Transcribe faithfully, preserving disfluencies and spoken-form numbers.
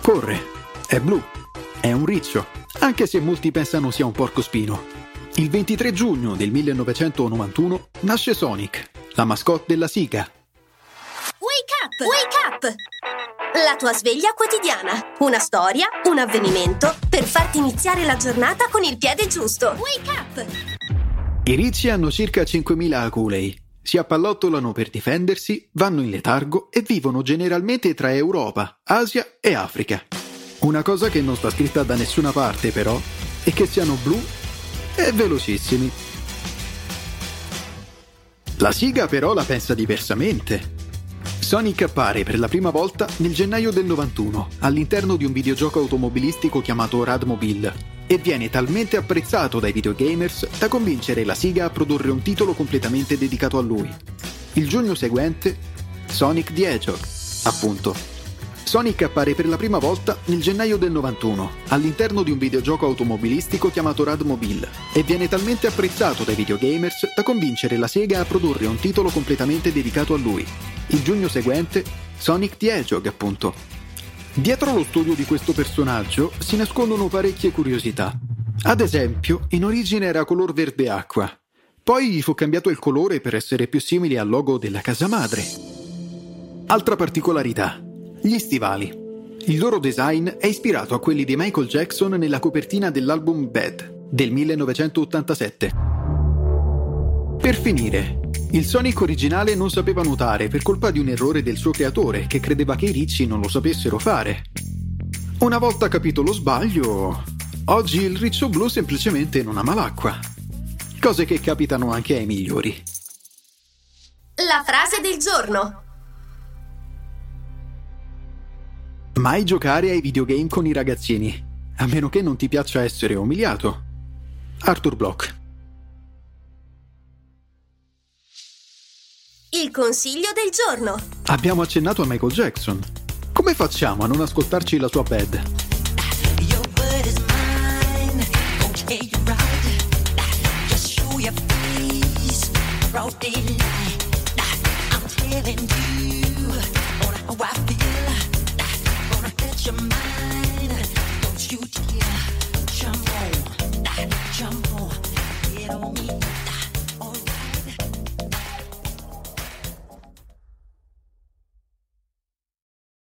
Corre, è blu, è un riccio, anche se molti pensano sia un porcospino. Il ventitré giugno del millenovecentonovantuno nasce Sonic, la mascotte della Sega. Wake up! Wake up! La tua sveglia quotidiana. Una storia, un avvenimento per farti iniziare la giornata con il piede giusto. Wake up! I ricci hanno circa cinquemila aculei. Si appallottolano per difendersi, vanno in letargo e vivono generalmente tra Europa, Asia e Africa. Una cosa che non sta scritta da nessuna parte, però, è che siano blu e velocissimi. La Sega però la pensa diversamente. Sonic appare per la prima volta nel gennaio del novantuno all'interno di un videogioco automobilistico chiamato Radmobile e viene talmente apprezzato dai videogamers da convincere la Sega a produrre un titolo completamente dedicato a lui. Il giugno seguente, Sonic the Hedgehog, appunto. Sonic appare per la prima volta nel gennaio del novantuno all'interno di un videogioco automobilistico chiamato Radmobile e viene talmente apprezzato dai videogamers da convincere la Sega a produrre un titolo completamente dedicato a lui. Il giugno seguente, Sonic the Hedgehog, appunto. Dietro lo studio di questo personaggio si nascondono parecchie curiosità. Ad esempio, in origine era color verde acqua. Poi gli fu cambiato il colore per essere più simile al logo della casa madre. Altra particolarità: gli stivali. Il loro design è ispirato a quelli di Michael Jackson nella copertina dell'album Bad del millenovecentottantasette. Per finire, il Sonic originale non sapeva nuotare per colpa di un errore del suo creatore che credeva che i ricci non lo sapessero fare. Una volta capito lo sbaglio, oggi il riccio blu semplicemente non ama l'acqua. Cose che capitano anche ai migliori. La frase del giorno. Mai giocare ai videogame con i ragazzini, a meno che non ti piaccia essere umiliato. Arthur Bloch. Il consiglio del giorno. Abbiamo accennato a Michael Jackson. Come facciamo a non ascoltarci la sua Bad? Your word is mine. Okay, you're right. Just show your face. Broad daylight. I'm telling you.